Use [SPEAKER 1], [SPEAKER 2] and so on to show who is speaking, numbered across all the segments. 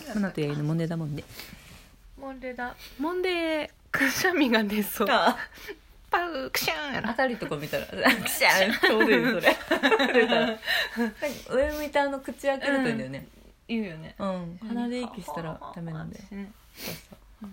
[SPEAKER 1] マナとやいのモンデーだもんね。
[SPEAKER 2] モンデーくしゃみが出そう。
[SPEAKER 1] あ
[SPEAKER 2] パウクシャンやろ。
[SPEAKER 1] 当たるとこ見たらクシャンちょうどいいそれ上向いた口開けるといいんだよね。
[SPEAKER 2] 言うよね。
[SPEAKER 1] 鼻で息したらダメなんで。
[SPEAKER 2] ね、
[SPEAKER 1] そうそう、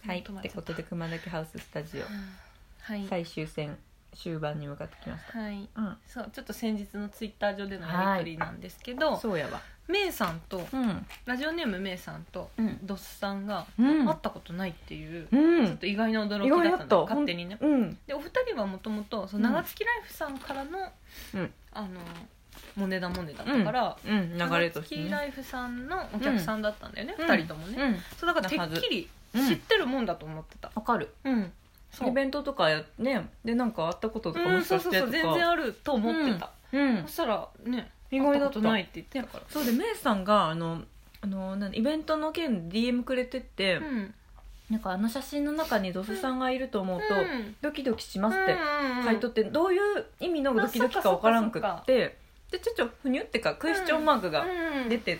[SPEAKER 1] はいってことで熊崎ハウススタジオ、
[SPEAKER 2] はい、
[SPEAKER 1] 最終戦終盤に向かってきました。
[SPEAKER 2] はい、そうちょっと先日のツイッター上でのやり取りなんですけど、
[SPEAKER 1] そうやわ。
[SPEAKER 2] メイさんと、ラジオネームメイさんと、ドスさんが会ったことないっていう、ちょっと意外な驚きだったの、勝手にね。でお二人はもともと長月ライフさんからの、モネダだったから、長月ライフさんのお客さんだったんだよね、二人ともね。そうだからてっきり知ってるもんだと思ってた。
[SPEAKER 1] わかる。イベントとかねでなんか会ったこととかもしかしてとか、
[SPEAKER 2] 全然あると思ってた。そしたらね
[SPEAKER 1] 意外だった。
[SPEAKER 2] 会ったことないって言ってたから。
[SPEAKER 1] そうでメイさんがイベントの件 DM くれてって、なんか写真の中にドスさんがいると思うと、ドキドキしますって書いとって、どういう意味のドキドキか分からんくって、でちょっとふにゅってかクエスチョンマークが出てって、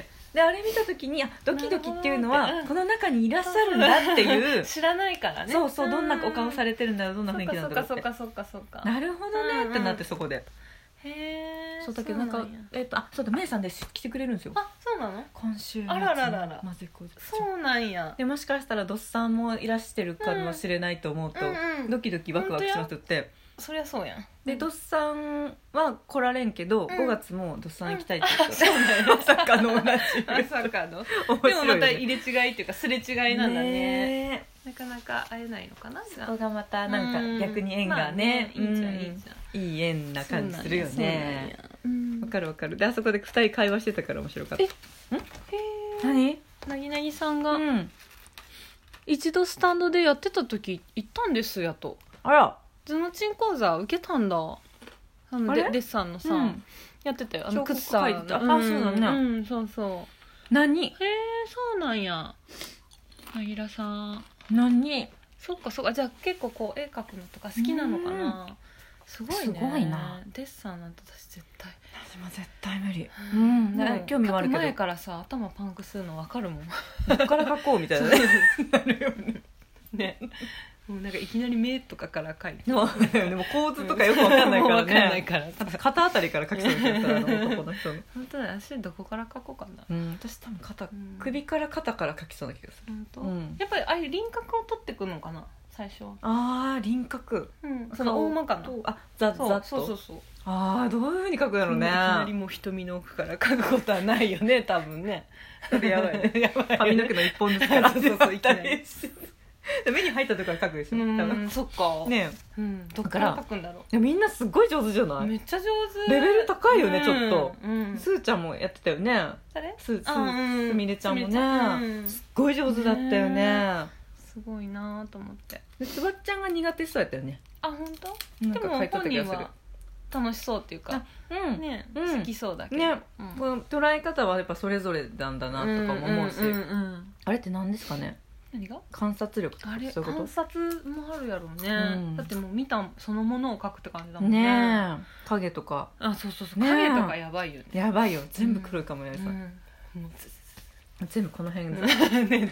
[SPEAKER 1] であれ見た時にドキドキっていうのはこの中にいらっしゃるんだっていう
[SPEAKER 2] 知らないからね。
[SPEAKER 1] そうそう、どんなお顔されてるんだろう、どんな雰囲気なんだろうって、
[SPEAKER 2] そうか
[SPEAKER 1] なるほどねってなって、そこでそうだけどなんかそうだメイさんで来てくれるんですよ。
[SPEAKER 2] あ、そうなの？
[SPEAKER 1] 今週
[SPEAKER 2] あらららら、
[SPEAKER 1] まぜこ
[SPEAKER 2] そうなんや。
[SPEAKER 1] でもしかしたらドスさんもいらしてるかもしれないと思うと、ドキドキワクワクしますって。
[SPEAKER 2] そりゃそうやん。
[SPEAKER 1] でドスさんは来られんけど、5月もドスさん行きたいって言って、まさかの同じ、
[SPEAKER 2] まさかのでもまた入れ違いっていうかすれ違いなんだね。なかなか会えないのかな。
[SPEAKER 1] そこがまたなんか逆に縁がね、
[SPEAKER 2] いいじゃんいいじゃん、
[SPEAKER 1] いい縁な感じするよね。わかるわかる。であそこで2人会話してたから面白かった。何？
[SPEAKER 2] なぎなぎさんが一度スタンドでやってた時行ったんですやと。
[SPEAKER 1] あら、
[SPEAKER 2] ズノチン講座受けたんだ。デッサンのさ、やってたよ。靴さん。
[SPEAKER 1] そうだね。
[SPEAKER 2] そうそう。
[SPEAKER 1] 何？
[SPEAKER 2] そうなんや。なぎらさん。
[SPEAKER 1] 何？
[SPEAKER 2] そっかそっか。じゃあ結構こう絵描くのとか好きなのかな。すごいね。
[SPEAKER 1] すごいな。
[SPEAKER 2] デッサンなんて私絶対。
[SPEAKER 1] 私も絶対無理。興味はあるけど。
[SPEAKER 2] 前からさ頭パンクするの分かるもん。
[SPEAKER 1] どっから描こうみたいなね。なるよね。
[SPEAKER 2] ね。もうなんかいきなり目とかから描いて
[SPEAKER 1] でも構図とかよく分かんないからね。
[SPEAKER 2] 分かんないから
[SPEAKER 1] 肩あたりから描きそうですよ、男の人の。
[SPEAKER 2] 本当だ、足どこから描こうかな。
[SPEAKER 1] 私多分首から肩から描きそうな気がする。
[SPEAKER 2] 本当？やっぱりああいう輪郭を取ってくのかな最初は。
[SPEAKER 1] ああ輪郭、
[SPEAKER 2] その大まかな、
[SPEAKER 1] ざっと、
[SPEAKER 2] そう
[SPEAKER 1] ああどういう風に描くやろうね。
[SPEAKER 2] いきなりもう瞳の奥から描くことはないよね多分ね。
[SPEAKER 1] それやばいね。髪の毛の一本ずつから
[SPEAKER 2] そういきなり
[SPEAKER 1] 目に入ったところから描くでしょ。多分
[SPEAKER 2] そっか
[SPEAKER 1] ね。
[SPEAKER 2] どっから描くんだろう。
[SPEAKER 1] みんなすごい上手じゃない？
[SPEAKER 2] めっちゃ上手。
[SPEAKER 1] レベル高いよねちょっと。すーちゃんもやってたよね。
[SPEAKER 2] 誰？
[SPEAKER 1] すみれちゃんもね。すっごい上手だったよね。
[SPEAKER 2] すごいなと思って。
[SPEAKER 1] つばっちゃんが苦手そうやったよね。
[SPEAKER 2] あ、本当？でも本人は楽しそうっていうかね、好きそうだけどね。
[SPEAKER 1] この捉え方はやっぱそれぞれなんだなとかも思うし、あれって何ですかね。
[SPEAKER 2] 何が？
[SPEAKER 1] 観察力とかそういうこと。
[SPEAKER 2] 観察もあるやろうね。だってもう見たそのものを描くって感じだもんね。
[SPEAKER 1] 影とか。
[SPEAKER 2] そう影とかやばいよね。
[SPEAKER 1] やばいよ、全部黒いかもやりさ。全部この辺
[SPEAKER 2] ね、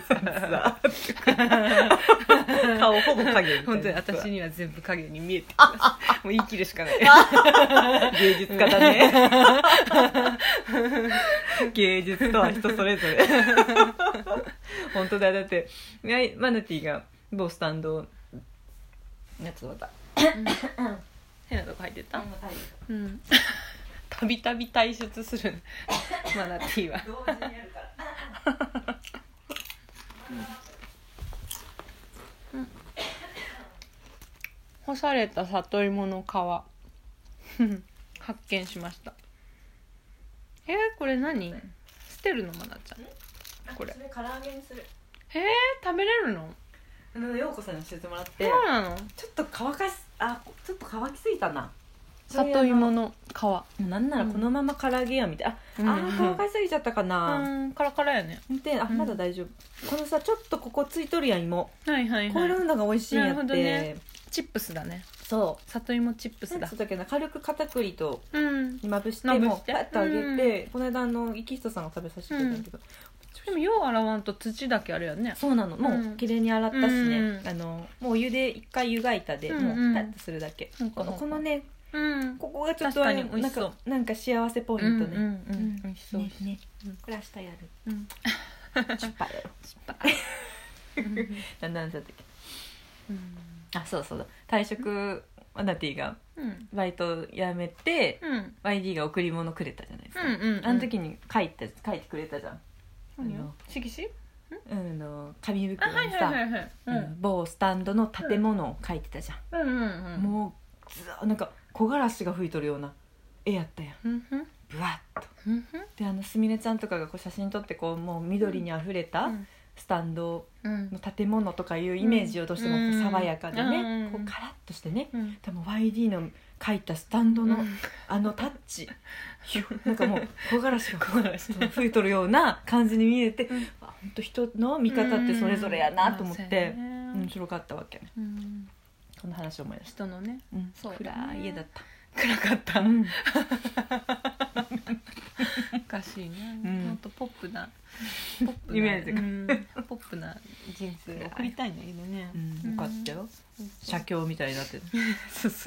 [SPEAKER 1] 顔ほぼ影。
[SPEAKER 2] 本当に私には全部影に見えてきます。もう言い切るしかない。
[SPEAKER 1] 芸術家だね。芸術とは人それぞれ。本当だ。だってマナティが某スタンドやつだ。
[SPEAKER 2] 変なとこ入ってた。たびたび退出するマナティは。同時にやるから。干された里芋の皮発見しました。これ何？捨てるのまなちゃん。これ。
[SPEAKER 1] それ唐揚げにする。
[SPEAKER 2] 食べれるの？
[SPEAKER 1] 陽子さんに教えてもらって。
[SPEAKER 2] そうなの？
[SPEAKER 1] ちょっと乾きすぎたな。
[SPEAKER 2] 里芋の皮。
[SPEAKER 1] なんならこのまま唐揚げやみたいな。乾かしすぎちゃったかな。
[SPEAKER 2] カラカラやね。
[SPEAKER 1] で、まだ大丈夫。このさちょっとここついとるやん芋。こういうのが美味しいんやって。
[SPEAKER 2] チップスだね。
[SPEAKER 1] そう。
[SPEAKER 2] 里芋チップスだ。
[SPEAKER 1] そうだけど軽く片栗とまぶしてもパッと揚げて、この間池下さんが食べさせてくれたんだけど、
[SPEAKER 2] でもよう洗わんと土だけあれやね。
[SPEAKER 1] そうなの、もう綺麗に洗ったしね、もうお湯で一回湯がいたで、もうパッとするだけ、このね、ここがちょっとなんか幸せポイントね。
[SPEAKER 2] 美味しそう
[SPEAKER 1] ね。これ明日やる。チュッパやろ。チュッパ。なんだったっけ。あ、そうそうだ。退職マナティがバイト辞めて、YD が贈り物くれたじゃないですか。あの時に書いてくれたじゃん。
[SPEAKER 2] 色紙？
[SPEAKER 1] 紙袋にさ、某スタンドの建物を書いてたじゃん。もうなんか木枯らしが吹いとるような絵やったやん。ブワッと。ですみれちゃんとかがこう写真撮ってこうもう緑にあふれたスタンドの建物とかいうイメージをどうしても爽やかでね、こうカラッとしてね、多分 YD の描いたスタンドのタッチ、なんかもう木枯らしが吹いとるような感じに見えて、本当人の見方ってそれぞれやなと思って面白かったわけね。この話を思い出した。
[SPEAKER 2] 人のね、
[SPEAKER 1] 暗い家だった。
[SPEAKER 2] 暗かった。おかしいな。もっとポップな
[SPEAKER 1] イメージ
[SPEAKER 2] がポップな人生を送りたいんだけどね。
[SPEAKER 1] よかったよ。写経みたいになってる。
[SPEAKER 2] そうそう。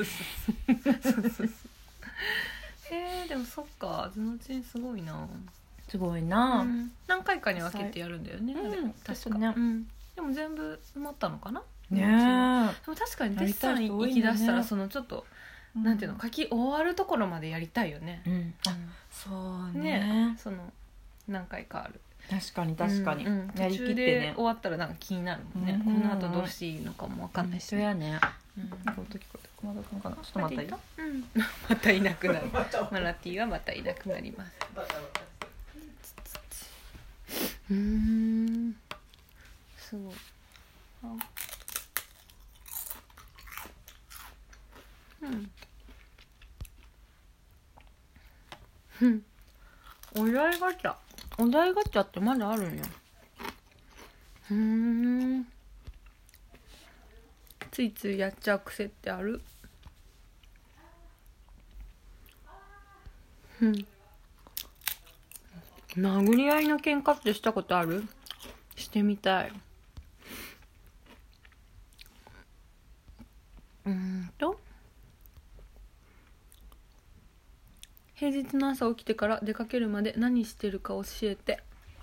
[SPEAKER 2] でもそっか、ズノチンすごいな。
[SPEAKER 1] すごいな。
[SPEAKER 2] 何回かに分けてやるんだよね。確か。でも全部埋まったのかな。
[SPEAKER 1] ね。で
[SPEAKER 2] も確かにデッサン行き出したらそのちょっとなんていうの、書き終わるところまでやりたいよね。
[SPEAKER 1] そうね。
[SPEAKER 2] その何回かある。
[SPEAKER 1] 確かに確かに。
[SPEAKER 2] 途中で終わったらなんか気になるもんね。この後どうしていいのかも分かんないし。
[SPEAKER 1] そうやね。この時これ熊田君かな。ちょっと待っていい？
[SPEAKER 2] またいなくなる。マナティーはまたいなくなります。すごい。お題ガチャってまだあるんや。ついついやっちゃう癖ってある？殴り合いの喧嘩ってしたことある？してみたい。平日の朝起きてから出かけるまで何してるか教えて。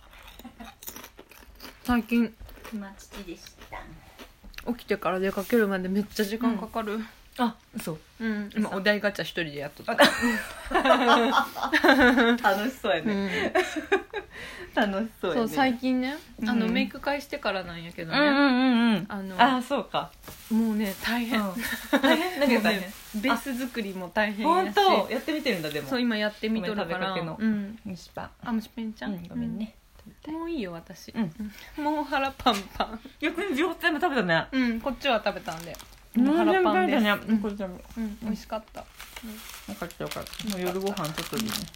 [SPEAKER 2] 最近
[SPEAKER 1] 今父でした。
[SPEAKER 2] 起きてから出かけるまでめっちゃ時間かかる。
[SPEAKER 1] あ、そう。
[SPEAKER 2] 今お題ガチャ一人でやっとった。
[SPEAKER 1] 楽しそうやね。楽しそうやね。
[SPEAKER 2] そう、最近ね、メイク会してからなんやけど
[SPEAKER 1] ね。そうか。
[SPEAKER 2] もうね、大変。
[SPEAKER 1] 大変？何が大変？
[SPEAKER 2] ベース作りも大変
[SPEAKER 1] やし。本当？やってみてるんだでも。
[SPEAKER 2] そう、今やってみとるから。
[SPEAKER 1] 蒸しパン。
[SPEAKER 2] あ、蒸しペンちゃん。
[SPEAKER 1] ごめんね。
[SPEAKER 2] もういいよ私。もう腹パンパン。
[SPEAKER 1] 逆に両方全部食べたね。
[SPEAKER 2] こっちは食べたんで。
[SPEAKER 1] 腹パンです。
[SPEAKER 2] 美味しかった。
[SPEAKER 1] よかったよかった。もう夜ご飯ちょっとでいいね。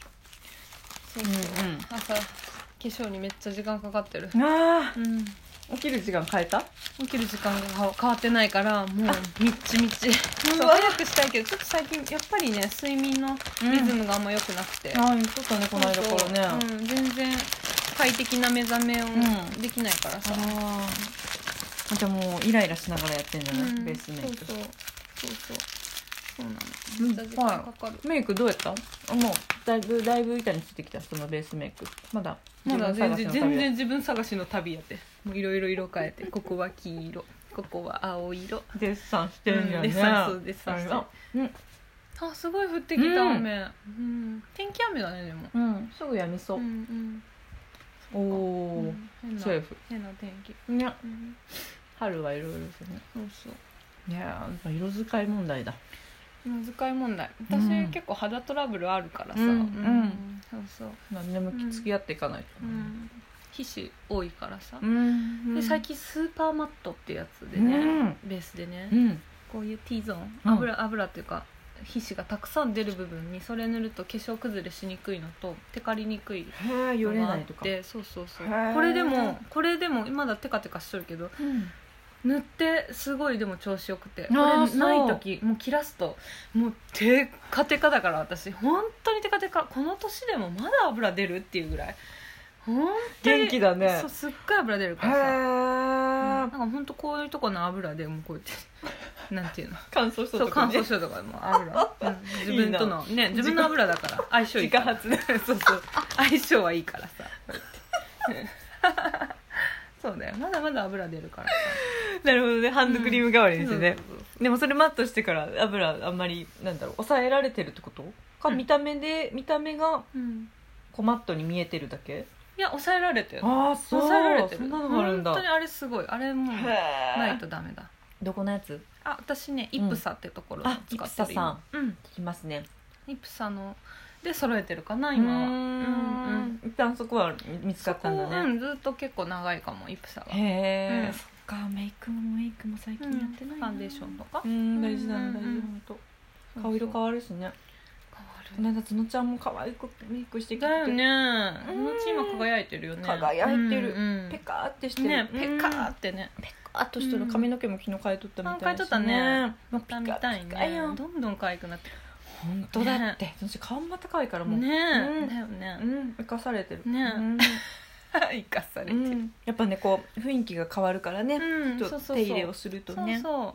[SPEAKER 2] 朝化粧にめっちゃ時間かかってる。
[SPEAKER 1] 起きる時間変えた？
[SPEAKER 2] 起きる時間が変わってないからもうみっちみち。早くしたいけどちょっと最近やっぱりね睡眠のリズムがあんま良くなくて。
[SPEAKER 1] ちょっとねこの間からね。
[SPEAKER 2] 全然快適な目覚めをできないからさ。
[SPEAKER 1] じゃあもうイライラしながらやってんじゃない？ベースメイク。
[SPEAKER 2] そうなの。めっちゃ時間かかる。
[SPEAKER 1] メイクどうやった？もうだいぶ板についてきたそのベースメイク。まだ
[SPEAKER 2] 全然自分探しの旅やって。もういろいろ色変えて、ここは黄色、ここは青色。
[SPEAKER 1] デッサンしてんじゃんね。
[SPEAKER 2] デッサンして。あ、すごい降ってきた雨。天気雨だねでも。
[SPEAKER 1] すぐやみそう。おお。セーフ。
[SPEAKER 2] 変な天気。
[SPEAKER 1] ね。春はいろいろですね。
[SPEAKER 2] そう。
[SPEAKER 1] いや色使い問題だ。
[SPEAKER 2] 色使い問題。私結構肌トラブルあるからさ。そう。
[SPEAKER 1] 何でも付き合っていかないと。
[SPEAKER 2] 皮脂多いからさ。で最近スーパーマットってやつでね、ベースでね、こういう T ゾーン、油っていうか皮脂がたくさん出る部分にそれ塗ると化粧崩れしにくいのとテカりにくい
[SPEAKER 1] のがあって、
[SPEAKER 2] そう。これでもまだテカテカしとるけど。塗ってすごいでも調子よくて、これない時もう切らすともうテカテカだから私本当にテカテカ、この年でもまだ油出るっていうぐらい
[SPEAKER 1] 元気だね。
[SPEAKER 2] そう、すっごい油出るからさ、なんかほんとこういうとこの油でもうこうやってなんていうの、
[SPEAKER 1] 乾燥したとかね。
[SPEAKER 2] そう、乾燥したとかも油、自分とのね、自分の油だから相性いいから。自家発でそう相性はいいからさそうだよ、まだまだ油出るからさ。
[SPEAKER 1] なるほどね、ハンドクリーム代わりですね。でもそれマットしてから油あんまりなんだろう、抑えられてるってことか、見た目がこうマットに見えてるだけ。
[SPEAKER 2] いや、抑えられてる。
[SPEAKER 1] ああ、そう、
[SPEAKER 2] 抑えられてる。
[SPEAKER 1] そんなのがあるんだ。
[SPEAKER 2] 本当にあれすごい、あれもうないとダメだ。
[SPEAKER 1] どこのやつ？
[SPEAKER 2] 私ね、イプサってところを使ってる。
[SPEAKER 1] イプサさん、聞きますね。
[SPEAKER 2] イプサので揃えてるかな今は。
[SPEAKER 1] 一旦そこは見つかったんだね。
[SPEAKER 2] ずっと結構長いかも、イプサが。
[SPEAKER 1] へえ、そっか。メイクも最近やってないな。
[SPEAKER 2] ファンデーションとか
[SPEAKER 1] 大事なんだよ。本当顔色変わるしね。この間つのちゃんも可愛くメイクしてきて
[SPEAKER 2] だよね。つのち今輝いてるよね。
[SPEAKER 1] 輝いてる。ペカーってしてる
[SPEAKER 2] ね。ペカーってね。
[SPEAKER 1] ペカーっとしてる。髪の毛も昨日変えとったみたいな。
[SPEAKER 2] 変えとったね。また見たいね。どんどん可愛くなってる。
[SPEAKER 1] 本当だって。私顔また可愛いからもう。
[SPEAKER 2] ね。だよね。
[SPEAKER 1] 生かされてる。
[SPEAKER 2] ね。生かされてる。
[SPEAKER 1] やっぱね、こう雰囲気が変わるからね。ちょっと手入れをするとね。
[SPEAKER 2] そう。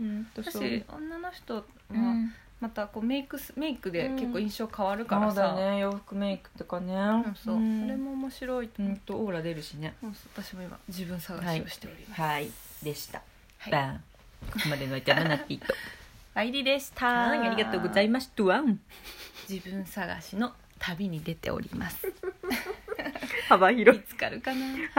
[SPEAKER 2] 私女の人はまたこうメイクで結構印象変わるからさ。
[SPEAKER 1] そうだね、洋服メイクとかね。
[SPEAKER 2] そう。それも面白い。
[SPEAKER 1] オーラ出るしね。
[SPEAKER 2] 私も今自分探しをしております。
[SPEAKER 1] はい、でした。バン。ここまでの相手はマナティと
[SPEAKER 2] アイリでした。
[SPEAKER 1] ありがとうございました。
[SPEAKER 2] 自分探しの旅に出ております。
[SPEAKER 1] 幅広い。
[SPEAKER 2] 見つかるかな。